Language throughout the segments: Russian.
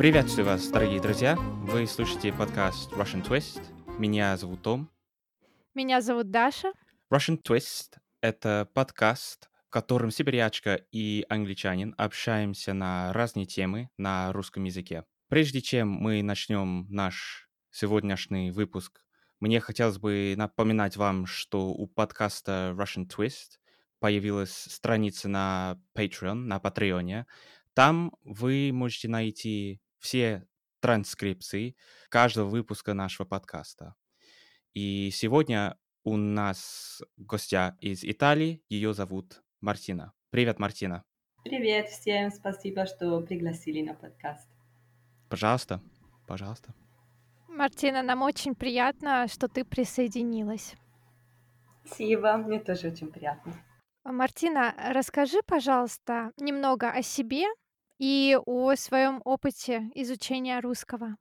Приветствую вас, дорогие друзья. Вы слушаете подкаст Russian Twist. Меня зовут Том. Меня зовут Даша. Russian Twist — это подкаст, в котором сибирячка и англичанин общаемся на разные темы на русском языке. Прежде чем мы начнем наш сегодняшний выпуск, мне хотелось бы напоминать вам, что у подкаста Russian Twist появилась страница на Patreon, на Патреоне. Там вы можете найти все транскрипции каждого выпуска нашего подкаста. И сегодня у нас гостья из Италии. Ее зовут Мартина. Привет, Мартина. Привет всем, спасибо, что пригласили на подкаст. Пожалуйста, пожалуйста. Мартина, нам очень приятно, что ты присоединилась. Спасибо, мне тоже очень приятно. Мартина, расскажи, пожалуйста, немного о себе и о своем опыте изучения русского.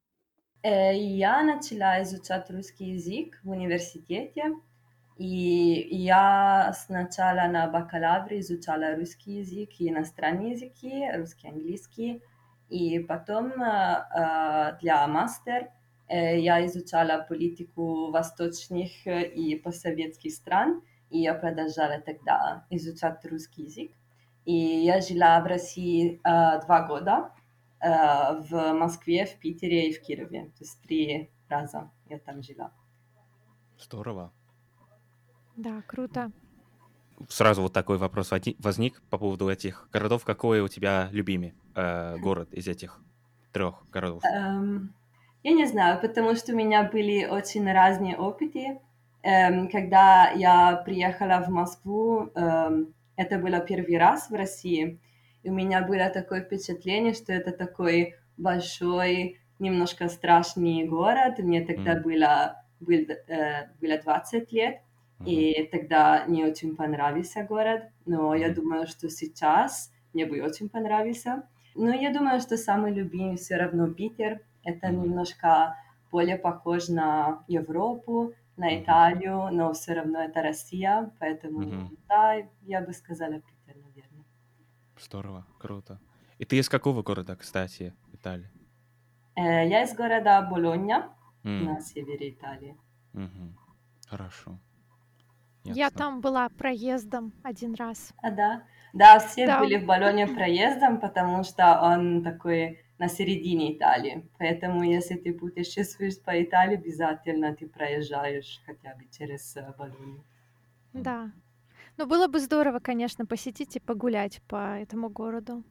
Я начала изучать русский язык в университете, и я сначала на бакалавре изучала русский язык и иностранные языки, русский, английский, и потом для мастер я изучала политику восточных и постсоветских стран, и я продолжала тогда изучать русский язык. И я жила в России 2 года, в Москве, в Питере и в Кирове. То есть 3 раза я там жила. Здорово. Да, круто. Сразу вот такой вопрос возник по поводу этих городов. Какой у тебя любимый город из этих 3 городов? Я не знаю, потому что у меня были очень разные опыты. Когда я приехала в Москву, это было первый раз в России, и у меня было такое впечатление, что это такой большой, немножко страшный город. Мне тогда было 20 лет, и тогда не очень понравился город, но я думаю, что сейчас мне бы очень понравился. Но я думаю, что самый любимый все равно Питер. Это немножко более похож на Европу, на Италию, но все равно это Россия, поэтому да, я бы сказала Питер, наверное. Здорово, круто. И ты из какого города, кстати, Италии? Я из города Болонья на севере Италии. Хорошо. Я Ясно. там была проездом один раз. Да. Да, все Да. были в Болонье проездом, потому что он такой на середине Италии. Поэтому если ты путешествуешь по Италии, обязательно ты проезжаешь хотя бы через Болонью. Да. Ну, было бы здорово, конечно, посетить и погулять по этому городу.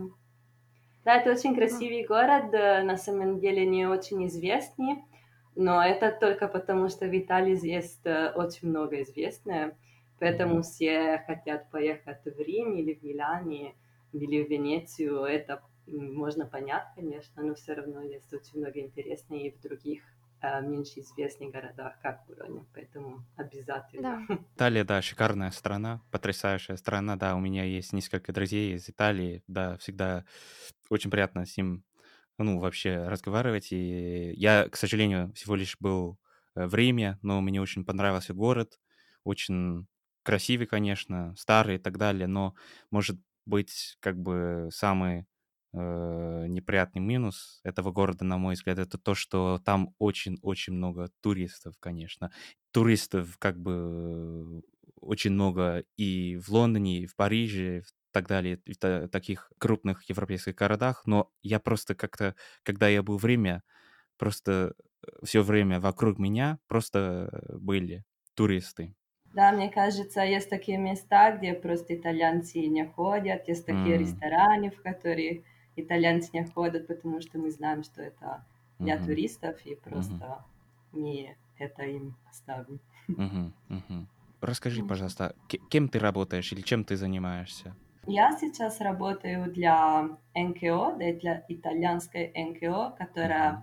Да, это очень красивый город, на самом деле не очень известный, но это только потому, что в Италии есть очень много известное, поэтому все хотят поехать в Рим или в Милан или в Венецию. Это можно понять, конечно, но все равно есть очень много интересного и в других меньше известных городах, как Болонья, поэтому обязательно. Да. Италия, да, шикарная страна, потрясающая страна, да, у меня есть несколько друзей из Италии, да, всегда очень приятно с ним, ну, вообще разговаривать, и я, к сожалению, всего лишь был в Риме, но мне очень понравился город, очень красивый, конечно, старый и так далее, но, может быть, как бы самый неприятный минус этого города, на мой взгляд, это то, что там очень-очень много туристов, конечно. Туристов как бы очень много и в Лондоне, и в Париже, и так далее, и в таких крупных европейских городах. Но я просто как-то, когда я был в Риме, просто все время вокруг меня просто были туристы. Да, мне кажется, есть такие места, где просто итальянцы не ходят, есть такие рестораны, в которые итальянцы не ходят, потому что мы знаем, что это для туристов, и просто не это им оставим. Расскажи, пожалуйста, кем ты работаешь или чем ты занимаешься? Я сейчас работаю для НКО, для итальянской НКО, которая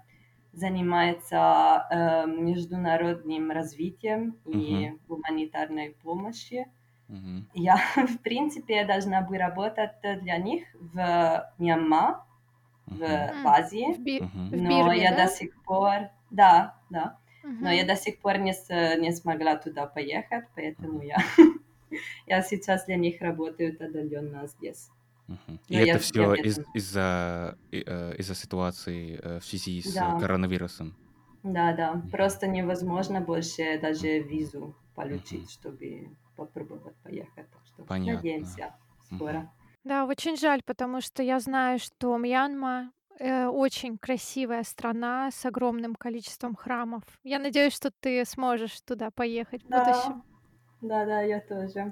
занимается международным развитием и гуманитарной помощью. Я, в принципе, должна бы работать для них в Мьянма, в Азии, В но Бирме, я да? до сих пор, да, но я Мгм. до сих пор не смогла туда поехать, поэтому я сейчас для них работаю удаленно здесь. Мгм. И Но это я в все этом. из-за ситуации в связи с Да, коронавирусом. да, да. Мгм. Просто невозможно больше М, даже визу мгм. получить, чтобы попробовать поехать. Так что Понятно. надеемся Мгм. скоро. Да, очень жаль, потому что я знаю, что Мьянма, очень красивая страна с огромным количеством храмов. Я надеюсь, что ты сможешь туда поехать в Да, будущем. да, да, я тоже.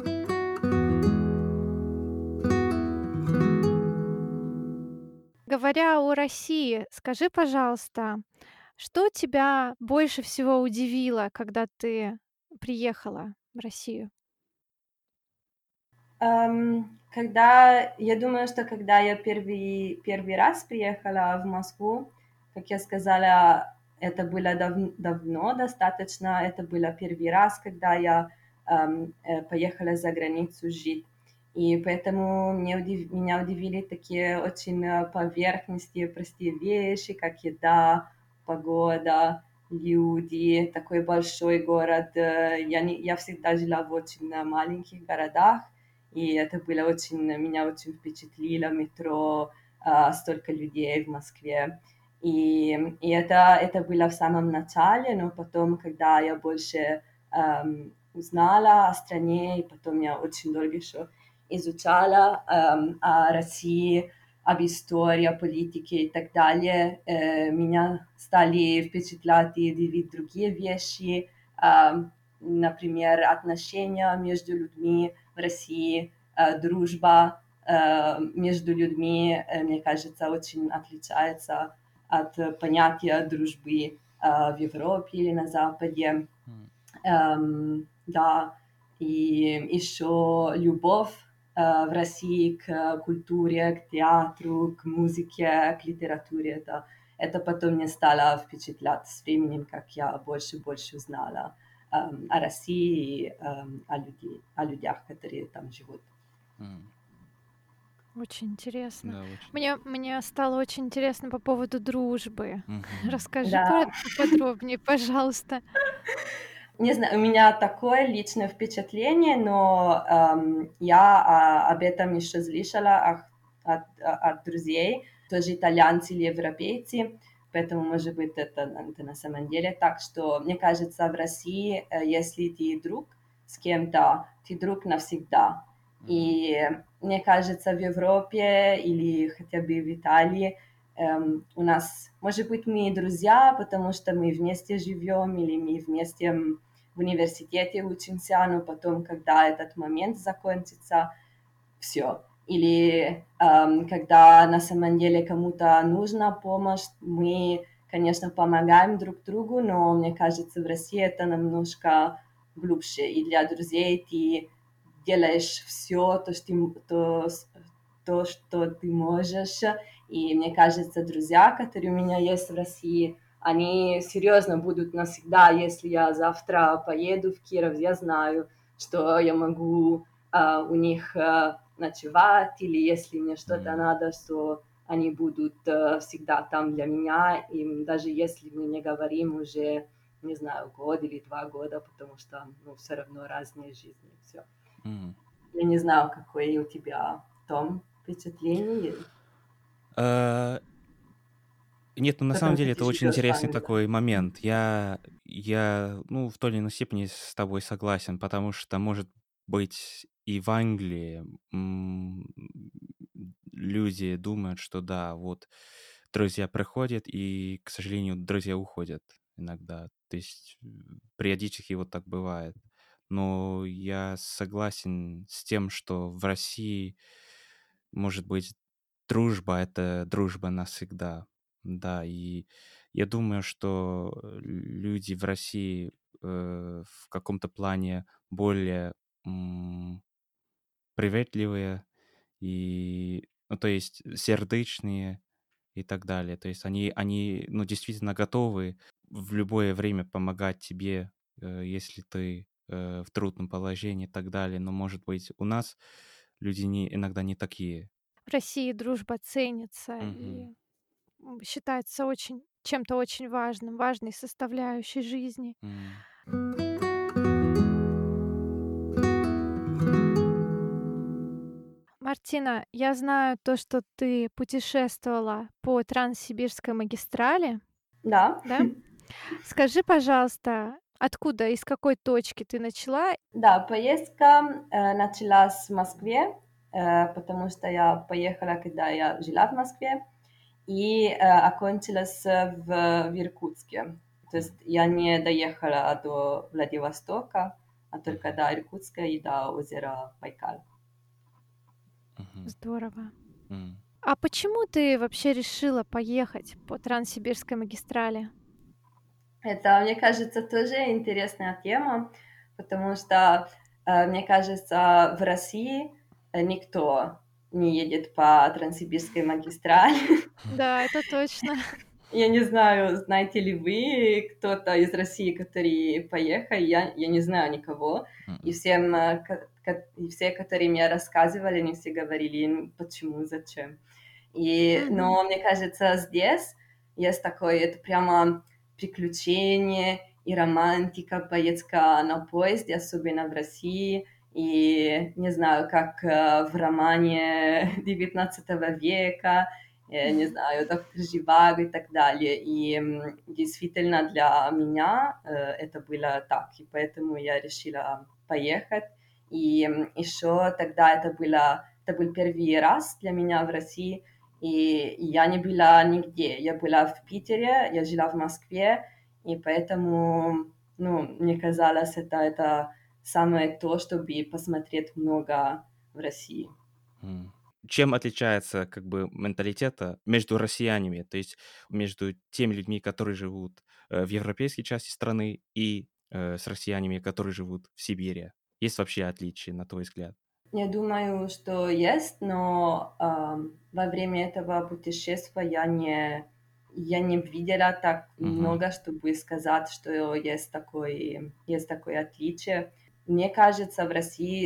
Говоря о России, скажи, пожалуйста, что тебя больше всего удивило, когда ты приехала в Россию? Я думаю, что когда я первый раз приехала в Москву, как я сказала, это было давно достаточно, это было первый раз, когда я поехала за границу жить. И поэтому меня удивили такие очень поверхностные, простые вещи, как еда, погода, люди, такой большой город. Я всегда жила в очень маленьких городах, и это было меня очень впечатлило, метро, столько людей в Москве. Это было в самом начале, но потом, когда я больше узнала о стране, и потом я очень долго еще изучала о России, об истории, о политике и так далее, меня стали впечатлять и удивить другие вещи, например, отношения между людьми в России, дружба между людьми, мне кажется, очень отличается от понятия дружбы в Европе или на Западе. М, Да, и еще любовь в России к культуре, к театру, к музыке, к литературе. Это потом мне стало впечатлять с временем, как я больше и больше узнала о России и о людях, которые там живут. Очень интересно. Да, очень. Мне стало очень интересно по поводу дружбы. Мгм. Расскажи Да, поподробнее, пожалуйста. не знаю, у меня такое личное впечатление, но я об этом еще слышала от друзей, тоже итальянцы или европейцы, поэтому, может быть, это на самом деле так, что, мне кажется, в России, если ты друг с кем-то, ты друг навсегда. Мгм. И мне кажется, в Европе или хотя бы в Италии у нас, может быть, мы друзья, потому что мы вместе живем или мы вместе в университете учимся, но потом, когда этот момент закончится, все. Или когда на самом деле кому-то нужна помощь, мы, конечно, помогаем друг другу, но мне кажется, в России это немножко глубже. И для друзей ты делаешь все то, что ты можешь. И мне кажется, друзья, которые у меня есть в России, они серьезно будут навсегда, если я завтра поеду в Киров, я знаю, что я могу у них ночевать, или если мне что-то М, надо, что они будут всегда там для меня, и даже если мы не говорим уже, не знаю, год или 2 года, потому что, ну, все равно разные жизни, все. м. Я не знаю, какое у тебя том впечатление, Э, Нет, ну на самом потому что деле ты это очень живешь в интересный Англии. такой момент. Ну, в той или иной степени с тобой согласен, потому что, может быть, и в Англии люди думают, что да, вот друзья приходят, и, к сожалению, друзья уходят иногда. То есть периодически вот так бывает. Но я согласен с тем, что в России, может быть, дружба — это дружба навсегда. Да, и я думаю, что люди в России в каком-то плане более приветливые и, ну, то есть сердечные и так далее. То есть они, ну, действительно готовы в любое время помогать тебе, если ты в трудном положении и так далее. Но, может быть, у нас люди иногда не такие. В России дружба ценится Мгм. и считается чем-то очень важным, важной составляющей жизни. М. Мартина, я знаю то, что ты путешествовала по Транссибирской магистрали, Да. да? Скажи, пожалуйста, откуда, из какой точки ты начала? Да, поездка началась в Москве, потому что я поехала, когда я жила в Москве, и окончилась в Иркутске. То есть я не доехала до Владивостока, а только Мгм. до Иркутска и до озера Байкал. Мгм. Здорово. М. А почему ты вообще решила поехать по Транссибирской магистрали? Это, мне кажется, тоже интересная тема, потому что, мне кажется, в России никто не едет по Транссибирской магистрали. Да, это точно. Я не знаю, знаете ли вы кто-то из России, который поехал, я не знаю никого. И Мгм. всем, и все, которые мне рассказывали, они все говорили, «Ну, почему, зачем. Мгм. Но мне кажется, здесь есть такое, это прямо приключение и романтика, поездка на поезде, особенно в России. И не знаю, как в романе XIX века, не знаю, доктор Живаго и так далее. И действительно для меня это было так, и поэтому я решила поехать. И еще тогда это был первый раз для меня в России, и я не была нигде. Я была в Питере, я жила в Москве, и поэтому, ну, мне казалось, это самое то, чтобы посмотреть много в России. М. Чем отличается как бы менталитета между россиянами, то есть между теми людьми, которые живут в европейской части страны, и с россиянами, которые живут в Сибири? Есть вообще отличия, на твой взгляд? Я думаю, что есть, но во время этого путешествия я не видела так Мгм. много, чтобы сказать, что есть такое отличие. Мне кажется, в России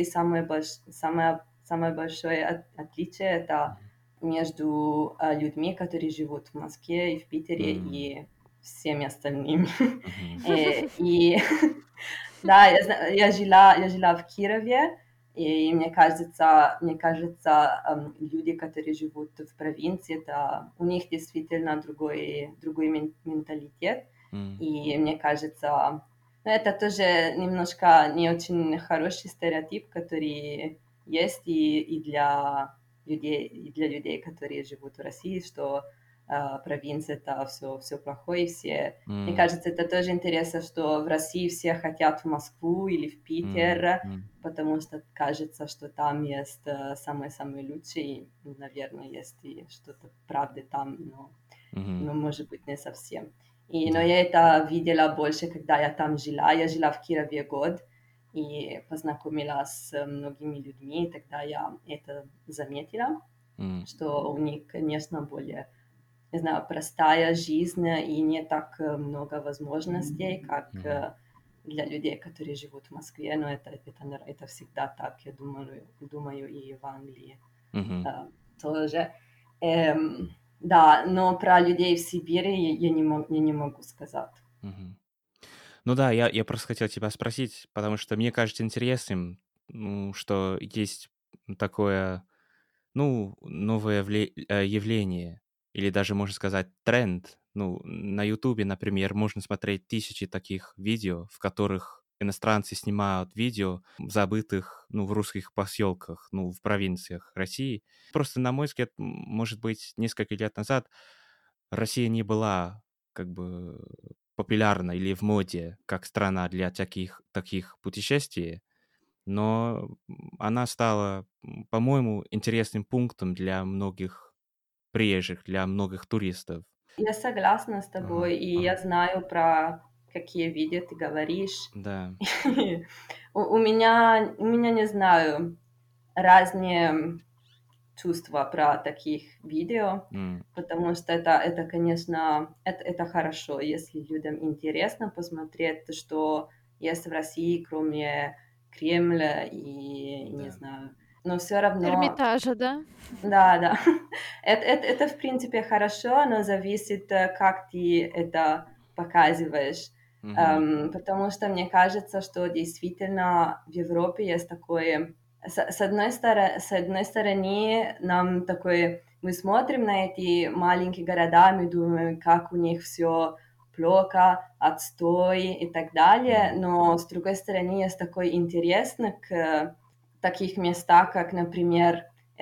самое большое отличие это Мгм. между людьми, которые живут в Москве и в Питере, М. и всеми остальными. Мгм. И да, я жила в Кирове, и мне кажется, люди, которые живут в провинции, у них действительно другой менталитет. М. И мне кажется, ну, это тоже немножко не очень хороший стереотип, который есть и для людей, которые живут в России, что провинция это все плохое, мне М. кажется, это тоже интересно, что в России все хотят в Москву или в М. Питер, М. потому что кажется, что там есть самые-самые лучшие. И, наверное, есть и что-то правды там, Мгм. но может быть не совсем. Но Да. я это видела больше, когда я там жила. Я жила в Кирове год и познакомилась с многими людьми, и тогда я это заметила, М. что у них, конечно, более, не знаю, простая жизнь и не так много возможностей, как Мгм. для людей, которые живут в Москве. Но это всегда так, я думаю, и в Англии Мгм. тоже. Эм, да, но про людей в Сибири я не могу сказать. Мгм. Ну да, я просто хотел тебя спросить, потому что мне кажется интересным, ну, что есть такое, ну, новое явление, или даже, можно сказать, тренд. Ну, на "Ютубе", например, можно смотреть тысячи таких видео, в которых иностранцы снимают видео в забытых, ну, в русских поселках, ну, в провинциях России. Просто, на мой взгляд, может быть, несколько лет назад Россия не была как бы популярна или в моде как страна для таких путешествий, но она стала, по-моему, интересным пунктом для многих приезжих, для многих туристов. Я согласна с Ага, тобой, и я ага. знаю, про какие видео ты говоришь. Да. У меня, не знаю, разные чувства про таких видео, М, потому что конечно, это хорошо, если людям интересно посмотреть, что есть в России, кроме Кремля и не да. знаю. Но все равно, Эрмитажа, да? да, да, это в принципе хорошо, но зависит, как ты это показываешь. Мгм. Потому что мне кажется, что действительно в Европе есть такое с одной стороны, нам такой, мы смотрим на эти маленькие города, мы думаем, как у них все плохо, отстой и так далее, но с другой стороны, есть такой интерес к таких местах, как, например,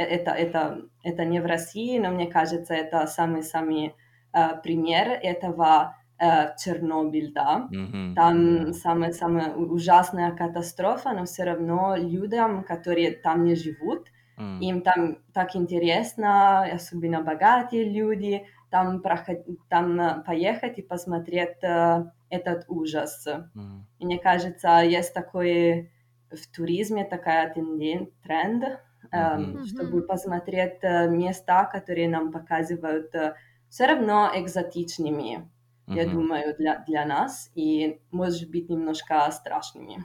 это не в России, но мне кажется, это самый-самый пример этого Чернобыль, да. Там самая ужасная катастрофа, но все равно людям, которые там не живут, им там так интересно, особенно богатые люди, там поехать и посмотреть этот ужас. И мне кажется, есть такой в туризме такая тренд, чтобы посмотреть места, которые нам показывают все равно экзотичными, я думаю, для нас, и, может быть, немножко страшными.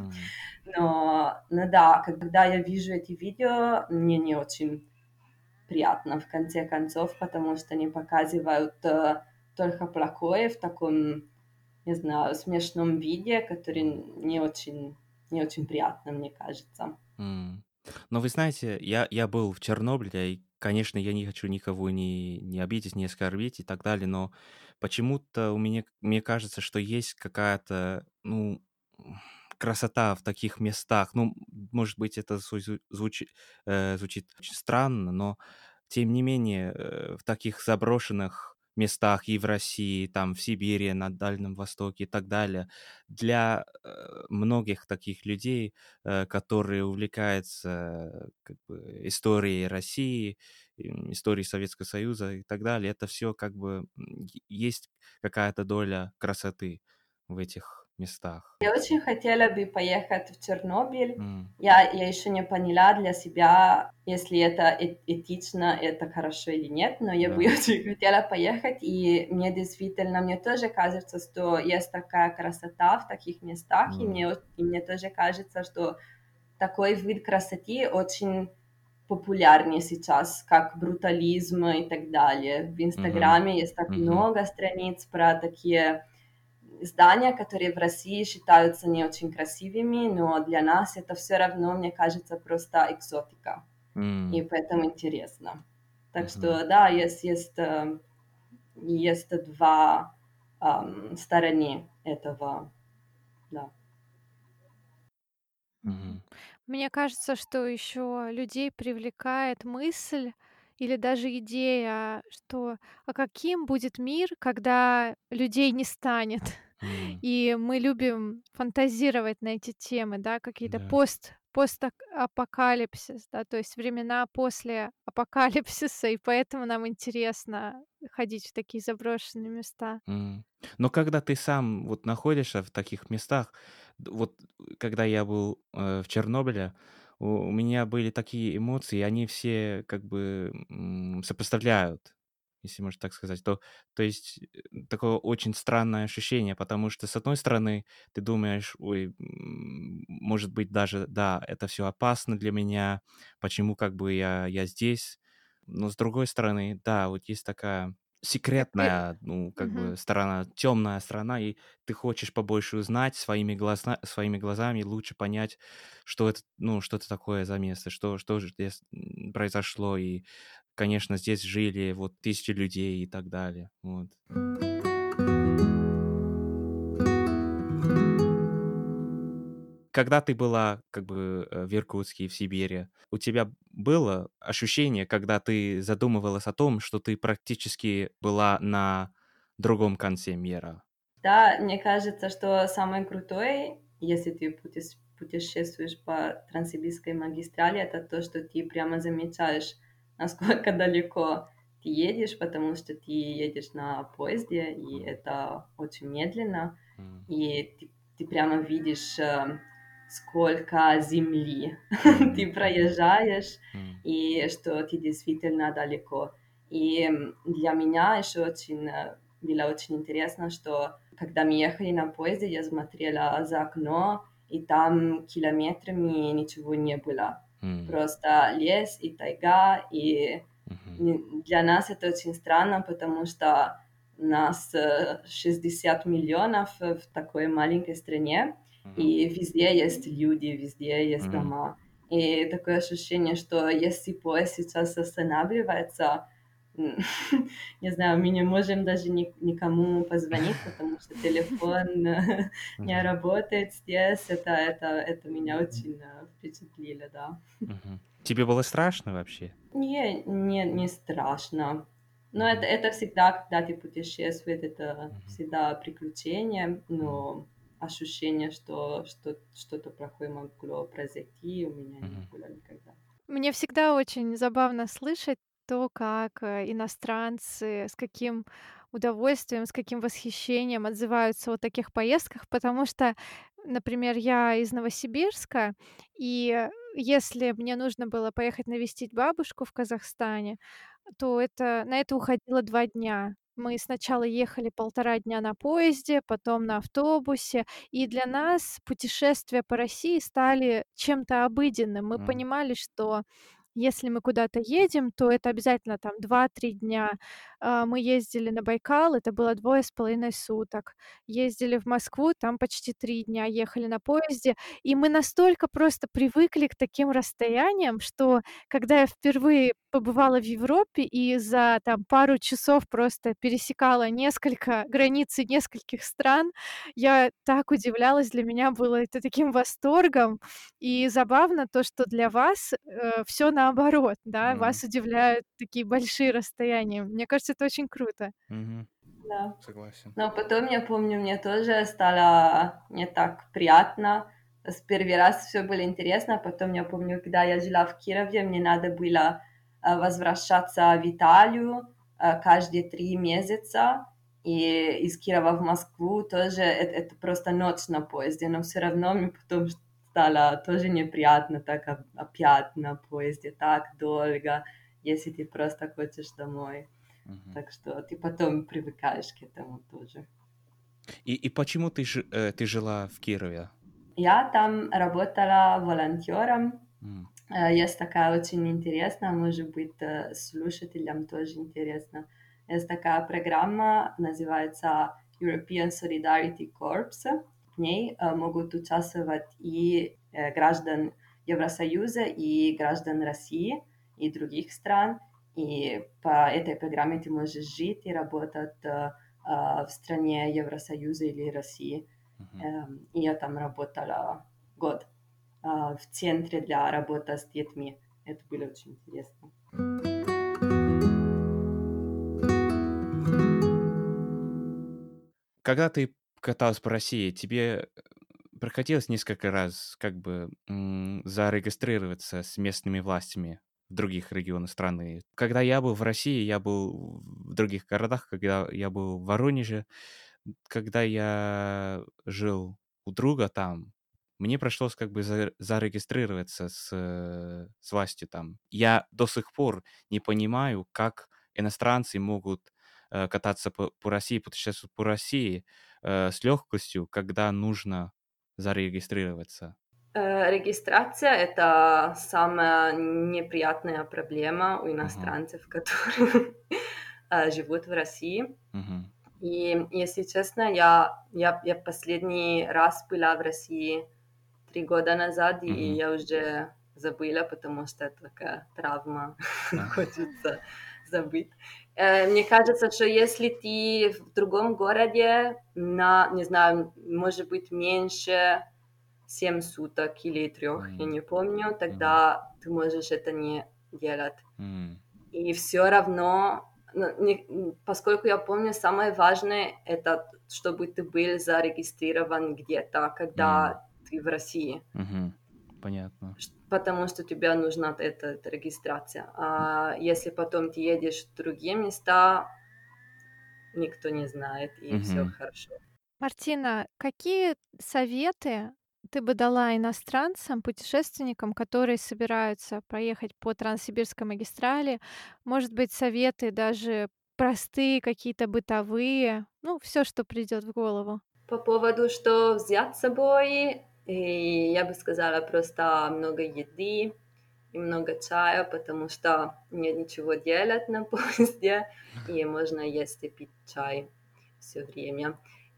Но да, когда я вижу эти видео, мне не очень приятно, в конце концов, потому что они показывают только плохое в таком, не знаю, смешном виде, который не очень приятно, мне кажется. Но вы знаете, я был в Чернобыле, и, конечно, я не хочу никого не обидеть, не оскорбить и так далее, но почему-то мне кажется, что есть какая-то, ну, красота в таких местах. Ну, может быть, это звучит очень странно, но тем не менее, в таких заброшенных местах и в России, там, в Сибири, на Дальнем Востоке и так далее, для многих таких людей, которые увлекаются как бы историей России, историей Советского Союза и так далее, это все как бы есть какая-то доля красоты в этих местах. Я очень хотела бы поехать в Чернобыль. М, Я еще не поняла для себя, если это этично, это хорошо или нет, но я бы да. очень хотела поехать, и мне тоже кажется, что есть такая красота в таких местах, и М, мне тоже кажется, что такой вид красоты очень популярнее сейчас, как брутализм и так далее. В мгм, Инстаграме есть так мгм, много страниц про такие здания, которые в России считаются не очень красивыми, но для нас это все равно, мне кажется, просто экзотика. И м, поэтому интересно. Так мгм, что да, есть два стороны этого, да. Мгм. мгм, Мне кажется, что еще людей привлекает мысль или даже идея, что а каким будет мир, когда людей не станет. м, И мы любим фантазировать на эти темы, да, какие-то да. постапокалипсис, да, то есть времена после апокалипсиса, и поэтому нам интересно ходить в такие заброшенные места. Но когда ты сам вот находишься в таких местах, вот когда я был в Чернобыле, у меня были такие эмоции, они все как бы сопоставляют, если можно так сказать. То есть такое очень странное ощущение, потому что с одной стороны ты думаешь, ой, может быть даже, да, это все опасно для меня, почему как бы я здесь, но с другой стороны, да, вот есть такая Так и секретная, ну, как Мгм. бы сторона, темная сторона, и ты хочешь побольше узнать своими глазами, лучше понять, что это, ну, что это такое за место, что же здесь произошло, и, конечно, здесь жили вот тысячи людей и так далее. Вот. Когда ты была как бы в Иркутске и в Сибири, у тебя было ощущение, когда ты задумывалась о том, что ты практически была на другом конце мира? Да, мне кажется, что самое крутое, если ты путешествуешь по Транссибирской магистрали, это то, что ты прямо замечаешь, насколько далеко ты едешь, потому что ты едешь на поезде, и М, это очень медленно, м, и ты прямо видишь, сколько земли м, ты проезжаешь, м, и что ты действительно далеко. И для меня еще было очень интересно, что когда мы ехали на поезде, я смотрела за окно, и там километрами ничего не было. м, Просто лес и тайга, и мгм, для нас это очень странно, потому что нас 60 миллионов в такой маленькой стране, мгм, и везде есть люди, везде есть м, дома. И такое ощущение, что если поезд сейчас останавливается, не знаю, мы не можем даже никому позвонить, потому что телефон не Мгм. работает здесь. Это меня очень впечатлило, да. Мгм. Тебе было страшно вообще? Не страшно. Но Мгм. это всегда, когда ты путешествуешь, это Мгм. всегда приключение, Мгм. но ощущение, что что-то плохое могло произойти, у меня не Мгм. было никогда. Мне всегда очень забавно слышать то, как иностранцы с каким удовольствием, с каким восхищением отзываются о таких поездках, потому что, например, я из Новосибирска, и если мне нужно было поехать навестить бабушку в Казахстане, то на это уходило 2 дня. Мы сначала ехали 1,5 дня на поезде, потом на автобусе, и для нас путешествия по России стали чем-то обыденным. Мы М. понимали, что если мы куда-то едем, то это обязательно там 2-3 дня. Мы ездили на Байкал, это было 2,5 суток. Ездили в Москву, там почти 3 дня ехали на поезде. И мы настолько просто привыкли к таким расстояниям, что когда я впервые побывала в Европе и за там пару часов просто пересекала несколько границы нескольких стран, я так удивлялась, для меня было это таким восторгом. И забавно то, что для вас, всё наоборот, да, М. вас удивляют такие большие расстояния. Мне кажется, это очень круто. Мгм. Да. Согласен. Но потом, я помню, мне тоже стало не так приятно. С первый раз все было интересно, потом я помню, когда я жила в Кирове, мне надо было возвращаться в Италию каждые 3 месяца, и из Кирова в Москву тоже это просто ночь на поезде, но все равно мне потом стало тоже неприятно, так опять на поезде так долго, если ты просто хочешь домой. Мгм. Так что ты потом привыкаешь к этому тоже. И почему ты жила в Кирове? Я там работала волонтером. М. Есть такая очень интересная, может быть, слушателям тоже интересно. Есть такая программа, называется European Solidarity Corps. В ней могут участвовать и граждан Евросоюза, и граждан России, и других стран. И по этой программе ты можешь жить и работать в стране Евросоюза или России. Мгм. И я там работала год в центре для работы с детьми. Это было очень интересно. Когда ты каталась по России, тебе приходилось несколько раз как бы зарегистрироваться с местными властями в других регионах страны? Когда я был в России, я был в других городах, когда я был в Воронеже, когда я жил у друга там, мне пришлось как бы зарегистрироваться с властью там. Я до сих пор не понимаю, как иностранцы могут кататься по России, путешествовать по России с легкостью, когда нужно зарегистрироваться. Регистрация– это самая неприятная проблема у Мгм. иностранцев, которые живут в России. Мгм. И, если честно, я последний раз была в России 3 года назад, и Мгм. я уже забыла, потому что это такая травма, А. хочется забыть. Мне кажется, что если ты в другом городе не знаю, может быть, меньше 7 суток или 3, я М. не помню, Мгм. тогда ты можешь это не делать. М. И все равно, поскольку я помню, самое важное это, чтобы ты был зарегистрирован где-то, М. когда ты в России, Мгм. Понятно. потому что тебе нужна эта регистрация. А если потом ты едешь в другие места, никто не знает, и все Мгм. хорошо. Мартина, какие советы ты бы дала иностранцам, путешественникам, которые собираются проехать по Транссибирской магистрали? Может быть, советы даже простые, какие-то бытовые, ну, все, что придет в голову. По поводу, что взять с собой, и я бы сказала просто много еды и много чая, потому что нет ничего делать на поезде, и можно есть и пить чай все время.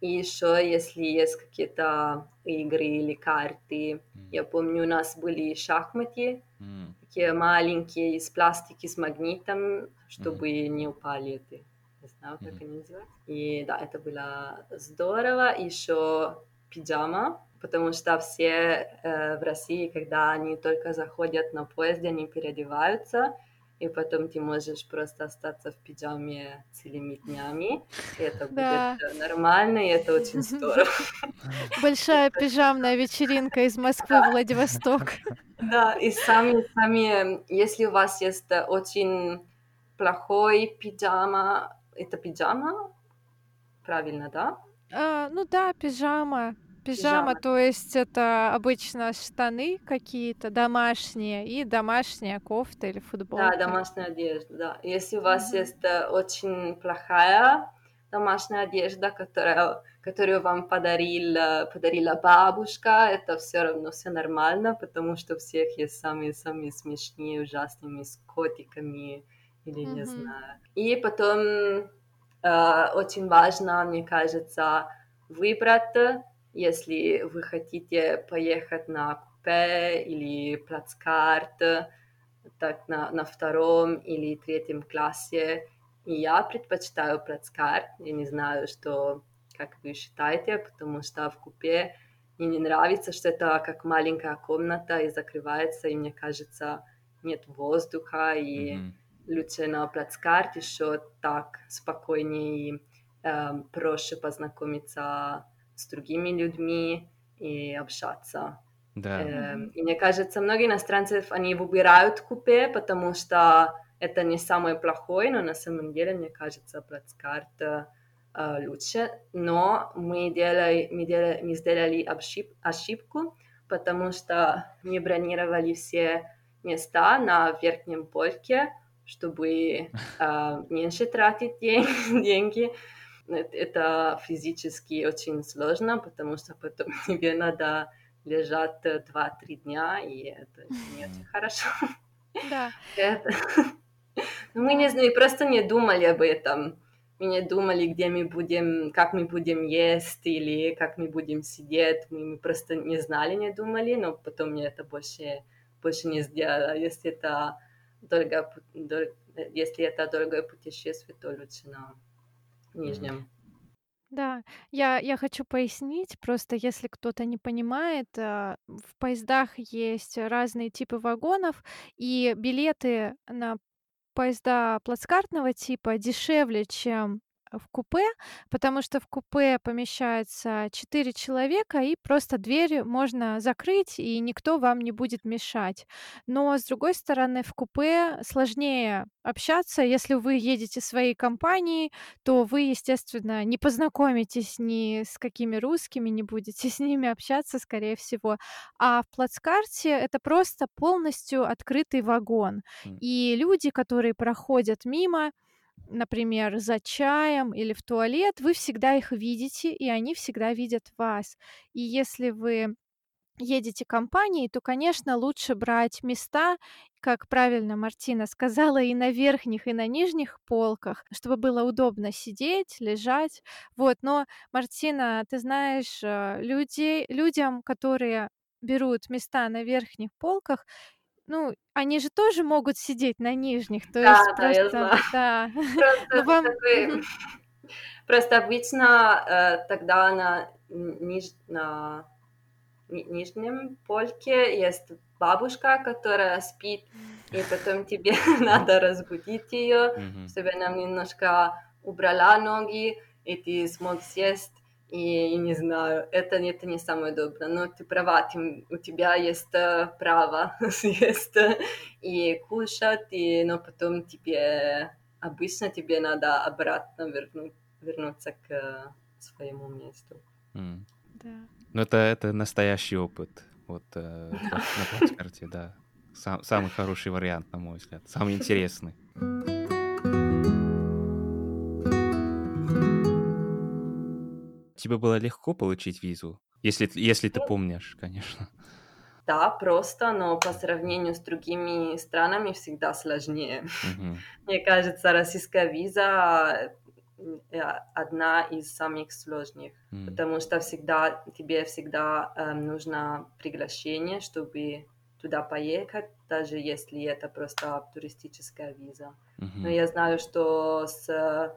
И еще, если есть какие-то игры или карты, я помню, у нас были шахматы, такие маленькие из пластика с магнитом, чтобы не упали эти. Не знаю, как они называются. И да, это было здорово. Еще пиджама, потому что все в России, когда они только заходят на поезд, они переодеваются, и потом ты можешь просто остаться в пиджаме целыми днями. И это будет Да. нормально, и это очень здорово. Большая пижамная вечеринка из Москвы в Владивосток. Да, и сами, если у вас есть очень плохой пиджама, это пиджама? Правильно, да? Ну да, пижама. Пижама, Пижама. то есть это обычно штаны какие-то домашние и домашняя кофта или Да, футболка. домашняя одежда, да. Если у вас есть очень плохая домашняя одежда, которую вам подарила бабушка, это все равно все нормально, потому что у всех есть самые-самые смешные, ужасные с котиками или не знаю. И потом очень важно, мне кажется, выбрать, если вы хотите поехать на купе или плацкарт, так на втором или третьем классе. И я предпочитаю плацкарт. Я не знаю, как вы считаете, потому что в купе мне не нравится, что это как маленькая комната и закрывается, и мне кажется, нет воздуха, и лучше на плацкарт еще так спокойнее и проще познакомиться с другими людьми и общаться. Да. И мне кажется, многие иностранцы, они выбирают купе, потому что это не самое плохое, но на самом деле, мне кажется, плацкарт лучше. Но мы сделали ошибку, потому что мы бронировали все места на верхнем полке, чтобы меньше тратить деньги. Это физически очень сложно, потому что потом тебе надо лежать 2-3 дня, и это не очень хорошо. Да. Мы не знаю, просто не думали об этом. Мы не думали, как мы будем есть или как мы будем сидеть. Мы просто не знали, не думали, но потом я это больше не сделала. Если это дорогое путешествие, то лучше на нижнем. Да, я хочу пояснить, просто если кто-то не понимает, в поездах есть разные типы вагонов, и билеты на поезда плацкартного типа дешевле, чем в купе, потому что в купе помещается 4 человека, и просто двери можно закрыть, и никто вам не будет мешать. Но, с другой стороны, в купе сложнее общаться. Если вы едете своей компанией, то вы, естественно, не познакомитесь ни с какими русскими, не будете с ними общаться, скорее всего. А в плацкарте это просто полностью открытый вагон. И люди, которые проходят мимо, например, за чаем или в туалет, вы всегда их видите, и они всегда видят вас. И если вы едете компанией, то, конечно, лучше брать места, как правильно Мартина сказала, и на верхних, и на нижних полках, чтобы было удобно сидеть, лежать. Вот, но, Мартина, ты знаешь, людям, которые берут места на верхних полках, ну, они же тоже могут сидеть на нижних, то есть Да, я просто, знаю. да. Ну, Просто вам такой... Просто обычно тогда на нижнем польке есть бабушка, которая спит, и потом тебе надо разбудить ее, чтобы она немножко убрала ноги, и ты смог сесть. И не знаю, это не самое доброе, но ты права, у тебя есть право съесть и кушать, но потом обычно тебе надо обратно вернуться к своему месту. Да. Ну, это настоящий опыт. Вот на плацкарте, да. Самый хороший вариант, на мой взгляд. Самый интересный. Тебе было легко получить визу? Если ты помнишь, конечно. Да, просто, но по сравнению с другими странами всегда сложнее. Мгм. Мне кажется, российская виза одна из самых сложных, потому что тебе всегда нужно приглашение, чтобы туда поехать, даже если это просто туристическая виза. Но я знаю, что с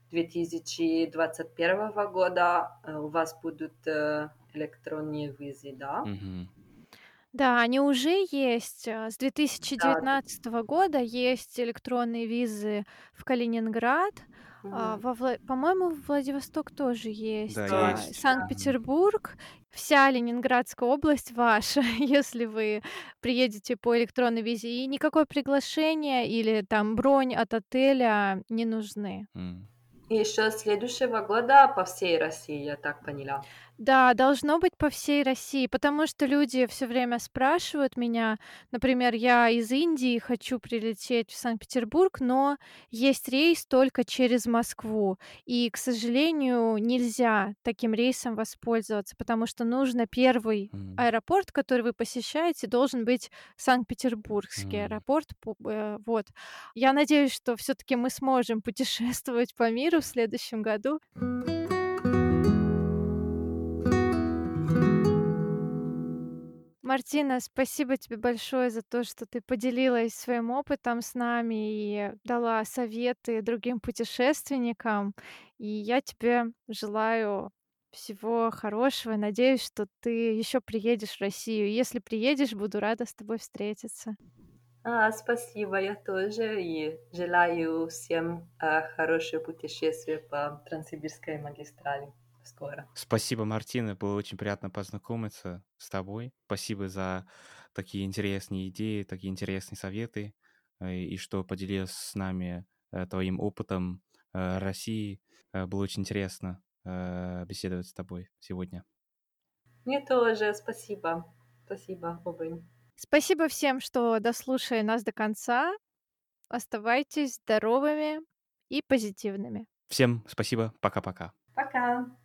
2021 года у вас будут электронные визы, да? Да, они уже есть. С Да, 2019 года есть электронные визы в Калининград. По-моему, в Владивосток тоже есть. Да, точно, есть. Санкт-Петербург, вся Ленинградская область ваша, если вы приедете по электронной визе. И никакое приглашение или там бронь от отеля не нужны. И еще с следующего года по всей России, я так поняла. Да, должно быть по всей России, потому что люди все время спрашивают меня. Например, я из Индии, хочу прилететь в Санкт-Петербург, но есть рейс только через Москву. И, к сожалению, нельзя таким рейсом воспользоваться, потому что нужно первый аэропорт, который вы посещаете, должен быть Санкт-Петербургский аэропорт. Вот. Я надеюсь, что все таки мы сможем путешествовать по миру в следующем году. Мартина, спасибо тебе большое за то, что ты поделилась своим опытом с нами и дала советы другим путешественникам. И я тебе желаю всего хорошего. Надеюсь, что ты еще приедешь в Россию. Если приедешь, буду рада с тобой встретиться. Спасибо, я тоже, и желаю всем хорошего путешествия по Транссибирской магистрали скоро. Спасибо, Мартина. Было очень приятно познакомиться с тобой. Спасибо за такие интересные идеи, такие интересные советы, и что поделилась с нами твоим опытом России. Было очень интересно беседовать с тобой сегодня. Мне тоже спасибо. Спасибо обоим. Спасибо всем, что дослушали нас до конца. Оставайтесь здоровыми и позитивными. Всем спасибо. Пока-пока. Пока.